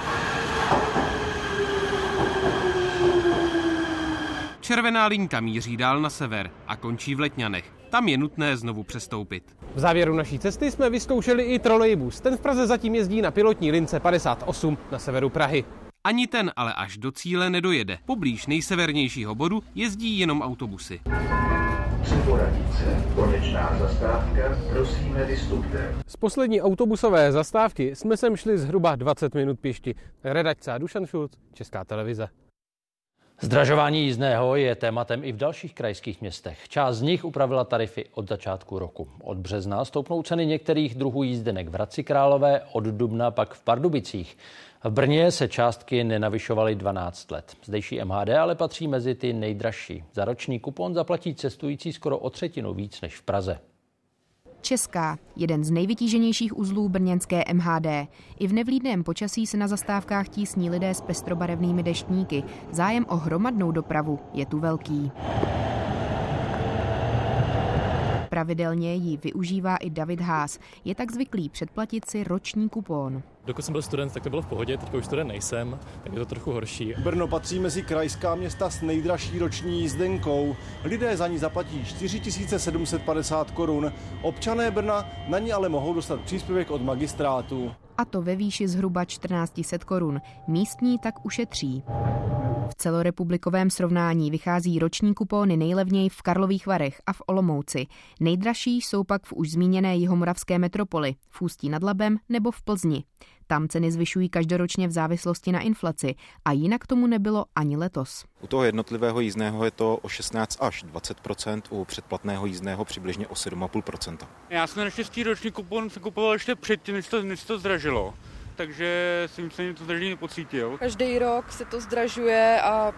Červená linka míří dál na sever a končí v Letňanech. Tam je nutné znovu přestoupit. V závěru naší cesty jsme vyzkoušeli i trolejbus. Ten v Praze zatím jezdí na pilotní lince padesát osm na severu Prahy. Ani ten ale až do cíle nedojede. Poblíž nejsevernějšího bodu jezdí jenom autobusy. Připoradice, konečná zastávka, prosíme vystupte. Z poslední autobusové zastávky jsme sem šli zhruba dvacet minut pěšti. Redakce a Dušan Šulc, Česká televize. Zdražování jízdného je tématem i v dalších krajských městech. Část z nich upravila tarify od začátku roku. Od března stoupnou ceny některých druhů jízdenek v Hradci Králové, od dubna pak v Pardubicích. V Brně se částky nenavyšovaly dvanáct let. Zdejší M H D ale patří mezi ty nejdražší. Za roční kupon zaplatí cestující skoro o třetinu víc než v Praze. Česká, jeden z nejvytíženějších uzlů brněnské M H D. I v nevlídném počasí se na zastávkách tísní lidé s pestrobarevnými deštníky. Zájem o hromadnou dopravu je tu velký. Pravidelně ji využívá i David Haas. Je tak zvyklý předplatit si roční kupon. Dokud jsem byl student, tak to bylo v pohodě, teď už student nejsem, tak je to trochu horší. Brno patří mezi krajská města s nejdražší roční jízdenkou. Lidé za ní zaplatí čtyři tisíce sedm set padesát korun. Občané Brna na ní ale mohou dostat příspěvek od magistrátu. A to ve výši zhruba čtrnáct set korun. Místní tak ušetří. V celorepublikovém srovnání vychází roční kupóny nejlevněji v Karlových Varech a v Olomouci. Nejdražší jsou pak v už zmíněné jihomoravské metropoli, v Ústí nad Labem nebo v Plzni. Tam ceny zvyšují každoročně v závislosti na inflaci a jinak tomu nebylo ani letos. U toho jednotlivého jízdného je to o šestnáct až dvacet procent, u předplatného jízdného přibližně o sedm celá pět procenta. Já jsem naštěstí roční kupon se kupoval ještě předtím, než to, než to zdražilo. Takže si myslím, že to zdražení nepocítil. Každý rok se to zdražuje a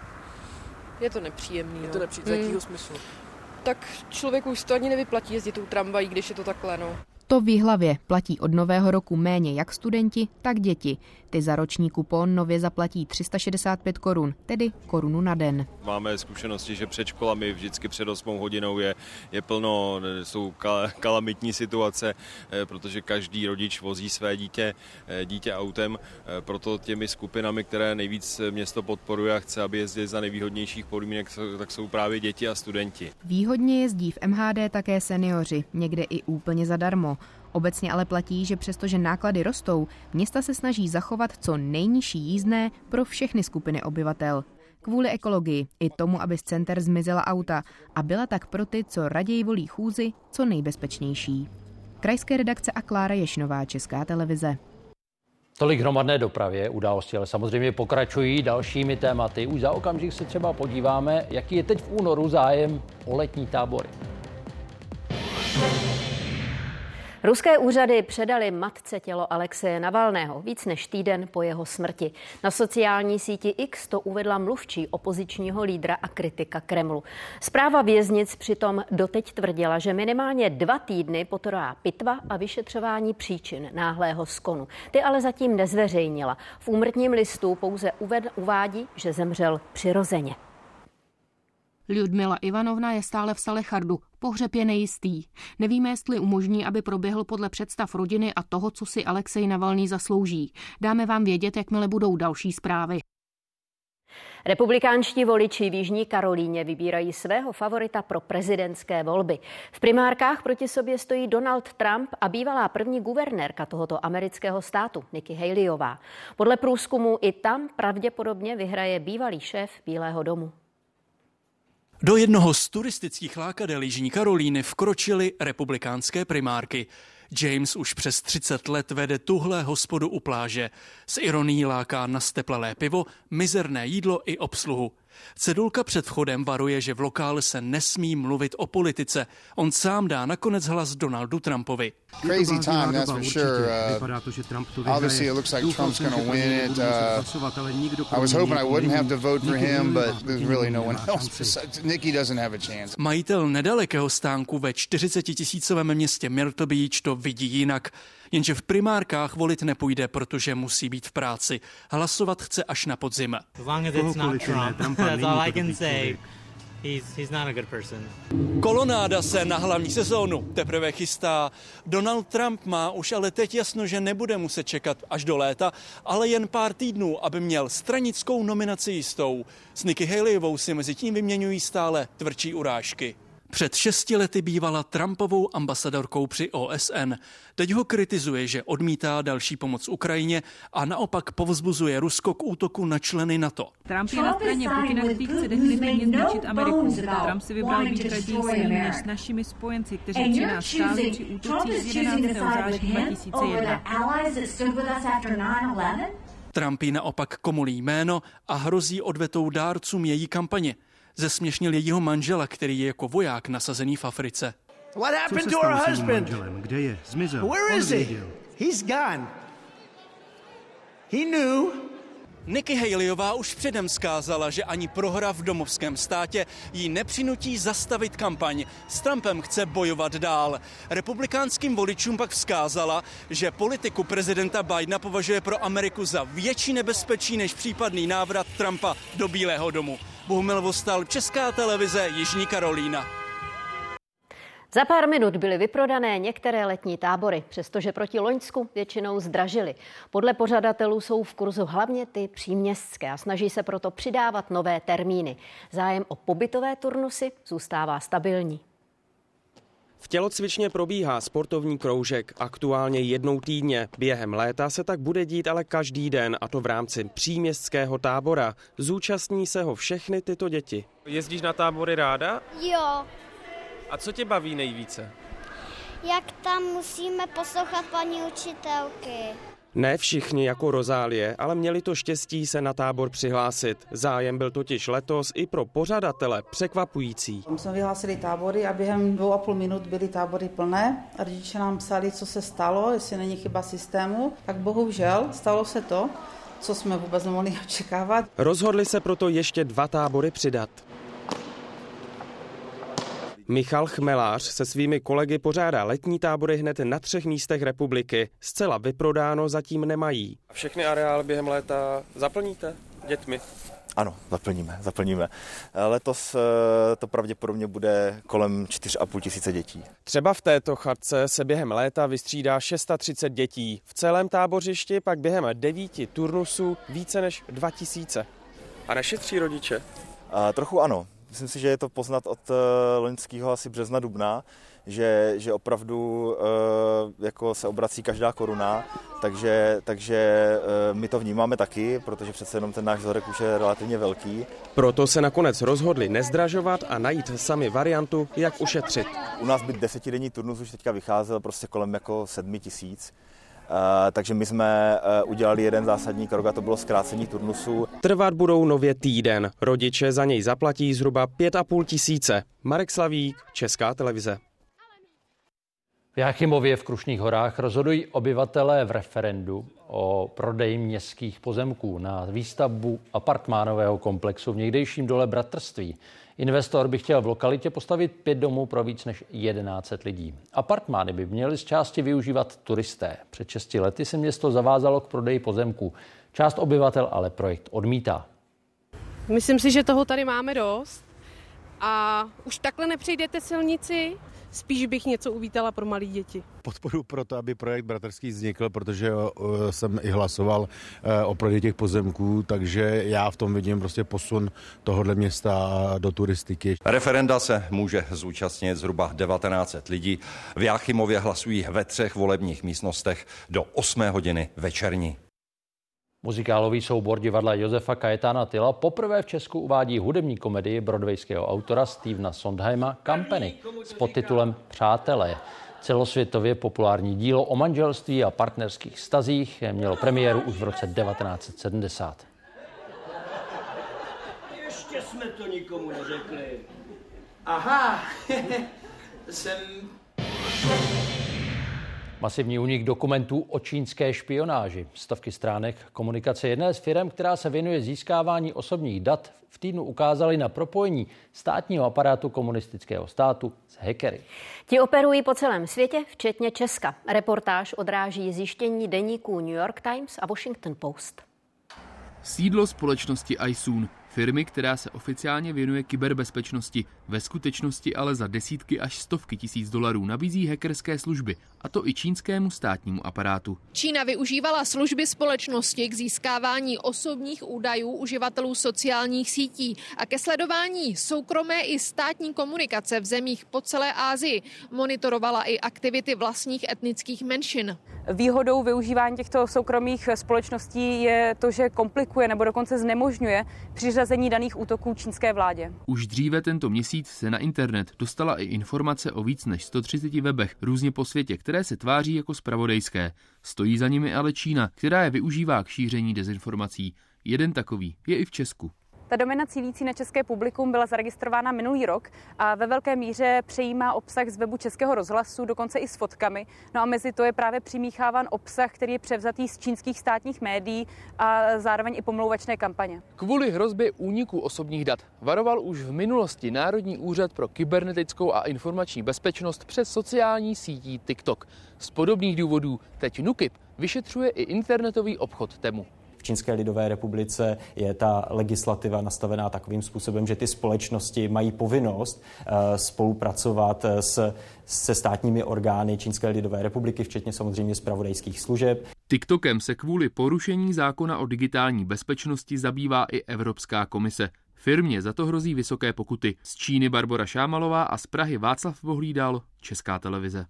je to nepříjemný. Je to nepříjemný, z jakého hmm. smyslu? Tak člověku už to ani nevyplatí jezdit tou tramvají, když je to takhle, no. To v Jihlavě platí od nového roku méně jak studenti, tak děti. Ty za roční kupon nově zaplatí tři sta šedesát pět korun, tedy korunu na den. Máme zkušenosti, že před školami vždycky před osmou hodinou je, je plno, jsou kalamitní situace, protože každý rodič vozí své dítě, dítě autem, proto těmi skupinami, které nejvíc město podporuje a chce, aby jezdili za nejvýhodnějších podmínek, tak jsou právě děti a studenti. Výhodně jezdí v M H D také seniori, někde i úplně zadarmo. Obecně ale platí, že přestože náklady rostou, města se snaží zachovat co nejnižší jízdné pro všechny skupiny obyvatel. Kvůli ekologii i tomu, aby z center zmizela auta a byla tak pro ty, co raději volí chůzi, co nejbezpečnější. Krajské redakce a Klára Ješnová, Česká televize. Tolik hromadné dopravě, události ale samozřejmě pokračují dalšími tématy. Už za okamžik se třeba podíváme, jaký je teď v únoru zájem o letní tábory. Ruské úřady předali matce tělo Alexeje Navalného víc než týden po jeho smrti. Na sociální síti X to uvedla mluvčí opozičního lídra a kritika Kremlu. Správa věznic přitom doteď tvrdila, že minimálně dva týdny potrvá pitva a vyšetřování příčin náhlého skonu. Ty ale zatím nezveřejnila. V úmrtním listu pouze uved, uvádí, že zemřel přirozeně. Ljudmila Ivanovna je stále v Salechardu. Pohřeb je nejistý. Nevíme, jestli umožní, aby proběhl podle představ rodiny a toho, co si Alexej Navalný zaslouží. Dáme vám vědět, jakmile budou další zprávy. Republikánští voliči v Jižní Karolíně vybírají svého favorita pro prezidentské volby. V primárkách proti sobě stojí Donald Trump a bývalá první guvernérka tohoto amerického státu Nikki Haleyová. Podle průzkumu i tam pravděpodobně vyhraje bývalý šéf Bílého domu. Do jednoho z turistických lákadel Jižní Karolíny vkročily republikánské primárky. James už přes třicet let vede tuhle hospodu u pláže. S ironií láká na steplelé pivo, mizerné jídlo i obsluhu. Cedulka před vchodem varuje, že v lokále se nesmí mluvit o politice. On sám dá nakonec hlas Donaldu Trumpovi. Crazy time, that's for sure. Uh, obviously it looks like Trump's going to win it. Uh, I was hoping I wouldn't have to vote for him, but there's really no one else. Nikki doesn't have a chance. Majitel nedalekého stánku ve čtyřicetitisícovém městě Myrtle Beach to vidí jinak. Jenže v primárkách volit nepůjde, protože musí být v práci. Hlasovat chce až na podzim. Kolonáda se na hlavní sezónu teprve chystá. Donald Trump má už ale teď jasno, že nebude muset čekat až do léta, ale jen pár týdnů, aby měl stranickou nominaci jistou. S Nikki Haleyovou si mezi tím vyměňují stále tvrdší urážky. Před šesti lety bývala Trumpovou ambasadorkou při O S N. Teď ho kritizuje, že odmítá další pomoc Ukrajině a naopak povzbuzuje Rusko k útoku na členy NATO. Trump je na straně Putina, který chce definitivně zničit Ameriku. Trump si vybral být raději s ním než s našimi spojenci, kteří při nás stáli při útocích z jedenáctého září dva tisíce jedna. Trump jí naopak komolí jméno a hrozí odvetou dárcům její kampaně. Zesměšnil jejího manžela, který je jako voják nasazený v Africe. What happened to our husband? Kde je? Zmizel. Where is he? He's gone. He knew. Nikki Haleyová už předem vzkázala, že ani prohra v domovském státě jí nepřinutí zastavit kampaň. S Trumpem chce bojovat dál. Republikánským voličům pak vzkázala, že politiku prezidenta Bidena považuje pro Ameriku za větší nebezpečí než případný návrat Trumpa do Bílého domu. Bohumil Vostal, Česká televize, Jižní Karolína. Za pár minut byly vyprodané některé letní tábory, přestože proti loňsku většinou zdražily. Podle pořadatelů jsou v kurzu hlavně ty příměstské a snaží se proto přidávat nové termíny. Zájem o pobytové turnusy zůstává stabilní. V tělocvičně probíhá sportovní kroužek, aktuálně jednou týdně. Během léta se tak bude dít ale každý den, a to v rámci příměstského tábora. Zúčastní se ho všechny tyto děti. Jezdíš na tábory ráda? Jo. A co tě baví nejvíce? Jak tam musíme poslouchat paní učitelky. Ne všichni jako Rozálie, ale měli to štěstí se na tábor přihlásit. Zájem byl totiž letos i pro pořadatele překvapující. My jsme vyhlásili tábory a během dvou a půl minut byly tábory plné. A rodiče nám psali, co se stalo, jestli není chyba systému. Tak bohužel stalo se to, co jsme vůbec nemohli očekávat. Rozhodli se proto ještě dva tábory přidat. Michal Chmelář se svými kolegy pořádá letní tábory hned na třech místech republiky. Zcela vyprodáno zatím nemají. Všechny areály během léta zaplníte dětmi? Ano, zaplníme, zaplníme. Letos to pravděpodobně bude kolem čtyři a půl tisíce dětí. Třeba v této chatce se během léta vystřídá třicet šest dětí. V celém tábořišti pak během devíti turnusů více než dva tisíce. A nešetří rodiče? A, trochu ano. Myslím si, že je to poznat od uh, loňského asi března, dubna, že, že opravdu uh, jako se obrací každá koruna, takže, takže uh, my to vnímáme taky, protože přece jenom ten náš vzorek už je relativně velký. Proto se nakonec rozhodli nezdražovat a najít sami variantu, jak ušetřit. U nás by desetidenní turnus už teďka vycházel prostě kolem jako sedmi tisíc. Uh, takže my jsme uh, udělali jeden zásadní krok a to bylo zkrácení turnusu. Trvat budou nově týden. Rodiče za něj zaplatí zhruba pět a půl tisíce. Marek Slavík, Česká televize. V Jáchymově v Krušných horách rozhodují obyvatelé v referendu o prodeji městských pozemků na výstavbu apartmánového komplexu v někdejším Dole Bratrství. Investor by chtěl v lokalitě postavit pět domů pro víc než tisíc sto lidí. Apartmány by měly z části využívat turisté. Před šesti lety se město zavázalo k prodeji pozemků. Část obyvatel ale projekt odmítá. Myslím si, že toho tady máme dost a už takhle nepřejdete silnici. Spíš bych něco uvítala pro malé děti. Podporu pro to, aby projekt Bratrský vznikl, protože jsem i hlasoval o prodeji těch pozemků, takže já v tom vidím prostě posun tohohle města do turistiky. Referenda se může zúčastnit zhruba devatenáct set lidí. V Jáchymově hlasují ve třech volebních místnostech do osmé hodiny večerní. Muzikálový soubor divadla Josefa Kajetána Tyla poprvé v Česku uvádí hudební komedii broadwayského autora Stephena Sondheima Company s podtitulem Přátelé. Celosvětově populární dílo o manželství a partnerských vztazích mělo premiéru už v roce devatenáct set sedmdesát. Ještě jsme to nikomu neřekli. Aha, jsem... Masivní únik dokumentů o čínské špionáži. Stovky stránek komunikace jedné z firem, která se věnuje získávání osobních dat, v týdnu ukázaly na propojení státního aparátu komunistického státu s hackery. Ti operují po celém světě, včetně Česka. Reportáž odráží zjištění deníků New York Times a Washington Post. Sídlo společnosti iSoon. Firmy, která se oficiálně věnuje kyberbezpečnosti, ve skutečnosti ale za desítky až stovky tisíc dolarů nabízí hackerské služby, a to i čínskému státnímu aparátu. Čína využívala služby společnosti k získávání osobních údajů uživatelů sociálních sítí a ke sledování soukromé i státní komunikace v zemích po celé Asii. Monitorovala i aktivity vlastních etnických menšin. Výhodou využívání těchto soukromých společností je to, že komplikuje nebo dokonce znemožňuje přiřazení daných útoků čínské vládě. Už dříve tento měsíc se na internet dostala i informace o víc než sto třiceti webech různě po světě, které se tváří jako zpravodajské. Stojí za nimi ale Čína, která je využívá k šíření dezinformací. Jeden takový je i v Česku. Ta domena cílící na české publikum byla zaregistrována minulý rok a ve velké míře přejímá obsah z webu Českého rozhlasu, dokonce i s fotkami. No a mezi to je právě přimícháván obsah, který je převzatý z čínských státních médií a zároveň i pomlouvačné kampaně. Kvůli hrozbě úniku osobních dat varoval už v minulosti Národní úřad pro kybernetickou a informační bezpečnost přes sociální sítí TikTok. Z podobných důvodů teď NÚKIB vyšetřuje i internetový obchod Temu. V Čínské lidové republice je ta legislativa nastavená takovým způsobem, že ty společnosti mají povinnost spolupracovat s, se státními orgány Čínské lidové republiky, včetně samozřejmě zpravodajských služeb. TikTokem se kvůli porušení zákona o digitální bezpečnosti zabývá i Evropská komise. Firmě za to hrozí vysoké pokuty. Z Číny Barbora Šámalová a z Prahy Václav Vohlídal, Česká televize.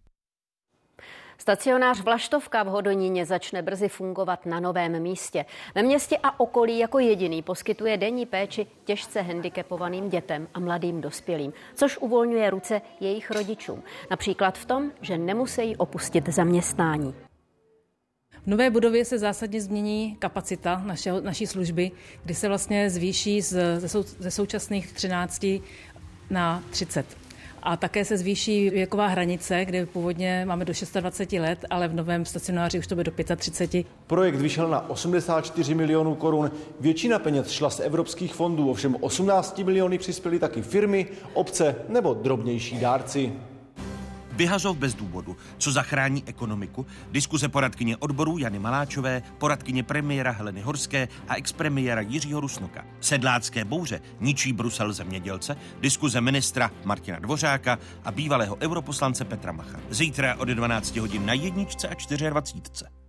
Stacionář Vlaštovka v Hodoníně začne brzy fungovat na novém místě. Ve městě a okolí jako jediný poskytuje denní péči těžce handicapovaným dětem a mladým dospělým, což uvolňuje ruce jejich rodičům. Například v tom, že nemusí opustit zaměstnání. V nové budově se zásadně změní kapacita našeho, naší služby, kdy se vlastně zvýší z, ze, sou, ze současných třinácti na třicet. A také se zvýší věková hranice, kde původně máme do dvaceti šesti let, ale v novém stacionáři už to bude do třiceti pěti. Projekt vyšel na osmdesát čtyři milionů korun. Většina peněz šla z evropských fondů, ovšem osmnáct miliony přispěly taky firmy, obce nebo drobnější dárci. Vyhazov bez důvodu. Co zachrání ekonomiku? Diskuze poradkyně odborů Jany Maláčové, poradkyně premiéra Heleny Horské a expremiéra Jiřího Rusnoka. Sedlácké bouře ničí Brusel zemědělce, diskuze ministra Martina Dvořáka a bývalého europoslance Petra Macha. Zítra od dvanácti hodin na jedničce a dvacítce čtyři.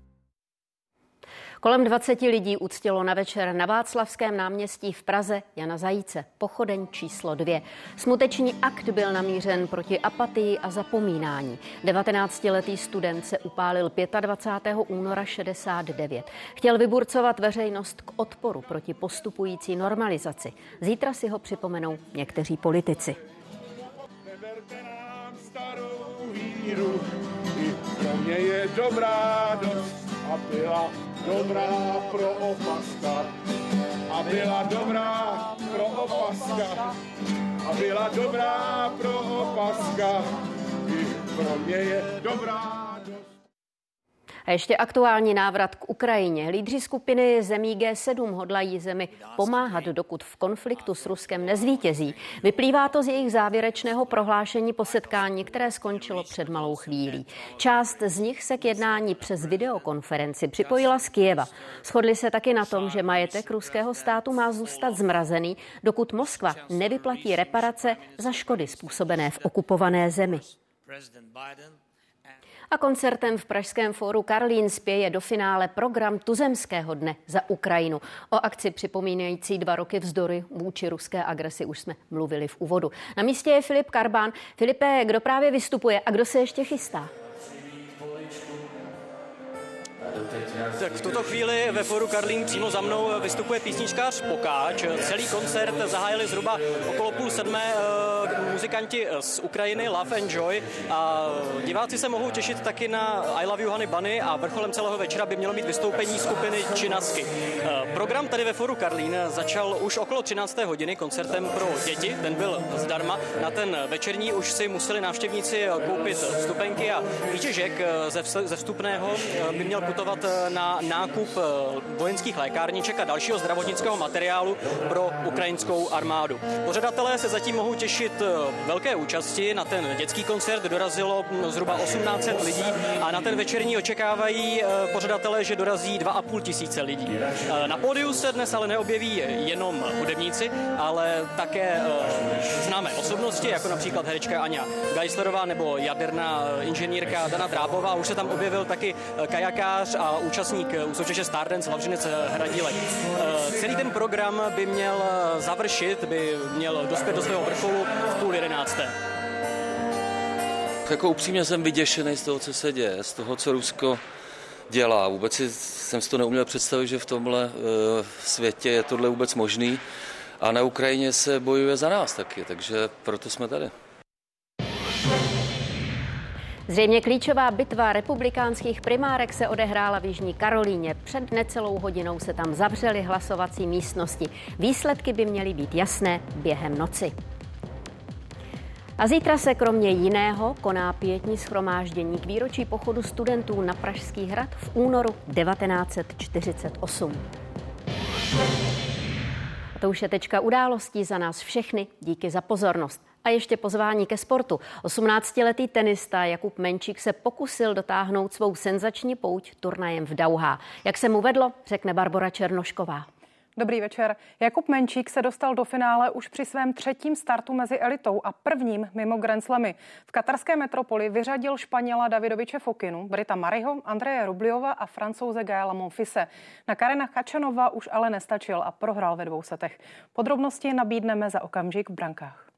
Kolem dvaceti lidí uctilo na večer na Václavském náměstí v Praze Jana Zajíce, pochodeň číslo dvě. Smutečný akt byl namířen proti apatii a zapomínání. devatenáctiletý student se upálil dvacátého pátého února šedesát devět. Chtěl vyburcovat veřejnost k odporu proti postupující normalizaci. Zítra si ho připomenou někteří politici. Neberte nám starou víru, i pro mě je dobrá dost a byla dobrá pro opaska. A byla dobrá pro opaska. A byla dobrá pro opaska. I pro mě je dobrá. A ještě aktuální návrat k Ukrajině. Lídři skupiny zemí G sedm hodlají zemi pomáhat, dokud v konfliktu s Ruskem nezvítězí. Vyplývá to z jejich závěrečného prohlášení po setkání, které skončilo před malou chvílí. Část z nich se k jednání přes videokonferenci připojila z Kyjeva. Shodli se taky na tom, že majetek ruského státu má zůstat zmrazený, dokud Moskva nevyplatí reparace za škody způsobené v okupované zemi. A koncertem v pražském fóru Karlín spěje do finále program Tuzemského dne za Ukrajinu. O akci připomínající dva roky vzdory vůči ruské agresi už jsme mluvili v úvodu. Na místě je Filip Karbán. Filipe, kdo právě vystupuje a kdo se ještě chystá? Tak v tuto chvíli ve fóru Karlín přímo za mnou vystupuje písničkář Pokáč. Celý koncert zahájili zhruba okolo půl sedmé uh, muzikanti z Ukrajiny Love and Joy a diváci se mohou těšit taky na I Love You Honey Bunny a vrcholem celého večera by mělo být vystoupení skupiny Činasky. Uh, program tady ve fóru Karlín začal už okolo třinácté hodiny koncertem pro děti, ten byl zdarma. Na ten večerní už si museli návštěvníci koupit vstupenky a výtěžek ze, ze vstupného by měl putovat investovat na nákup vojenských lékárniček a dalšího zdravotnického materiálu pro ukrajinskou armádu. Pořadatelé se zatím mohou těšit velké účasti. Na ten dětský koncert dorazilo zhruba osmnáct set lidí a na ten večerní očekávají pořadatelé, že dorazí dva a půl tisíce lidí. Na pódiu se dnes ale neobjeví jenom hudebníci, ale také známé osobnosti, jako například herečka Anja Geislerová nebo jaderná inženýrka Dana Drábová. Už se tam objevil taky kajakář a účastník u soutěže Stardance Vlavřinec Hradílek. Celý ten program by měl završit, by měl dospět do svého vrcholu v půl jedenácté. Jako upřímně jsem vyděšený z toho, co se děje, z toho, co Rusko dělá. Vůbec jsem si to neuměl představit, že v tomhle uh, světě je tohle vůbec možný. A na Ukrajině se bojuje za nás taky, takže proto jsme tady. Zřejmě klíčová bitva republikánských primárek se odehrála v Jižní Karolíně. Před necelou hodinou se tam zavřely hlasovací místnosti. Výsledky by měly být jasné během noci. A zítra se kromě jiného koná pietní shromáždění k výročí pochodu studentů na Pražský hrad v únoru devatenáct set čtyřicet osm. A to už je tečka událostí. Za nás všechny. Díky za pozornost. A ještě pozvání ke sportu. osmnáctiletý tenista Jakub Menčík se pokusil dotáhnout svou senzační pouť turnajem v Dauhá. Jak se mu vedlo, řekne Barbora Černošková. Dobrý večer. Jakub Menčík se dostal do finále už při svém třetím startu mezi elitou a prvním mimo Grand Slamy. V katarské metropoli vyřadil Španěla Davidoviče Fokinu, Brita Mariho, Andreje Rubliova a Francouze Gaela Monfilse. Na Karena Khachanova už ale nestačil a prohrál ve dvou setech. Podrobnosti nabídneme za okamžik v brankách.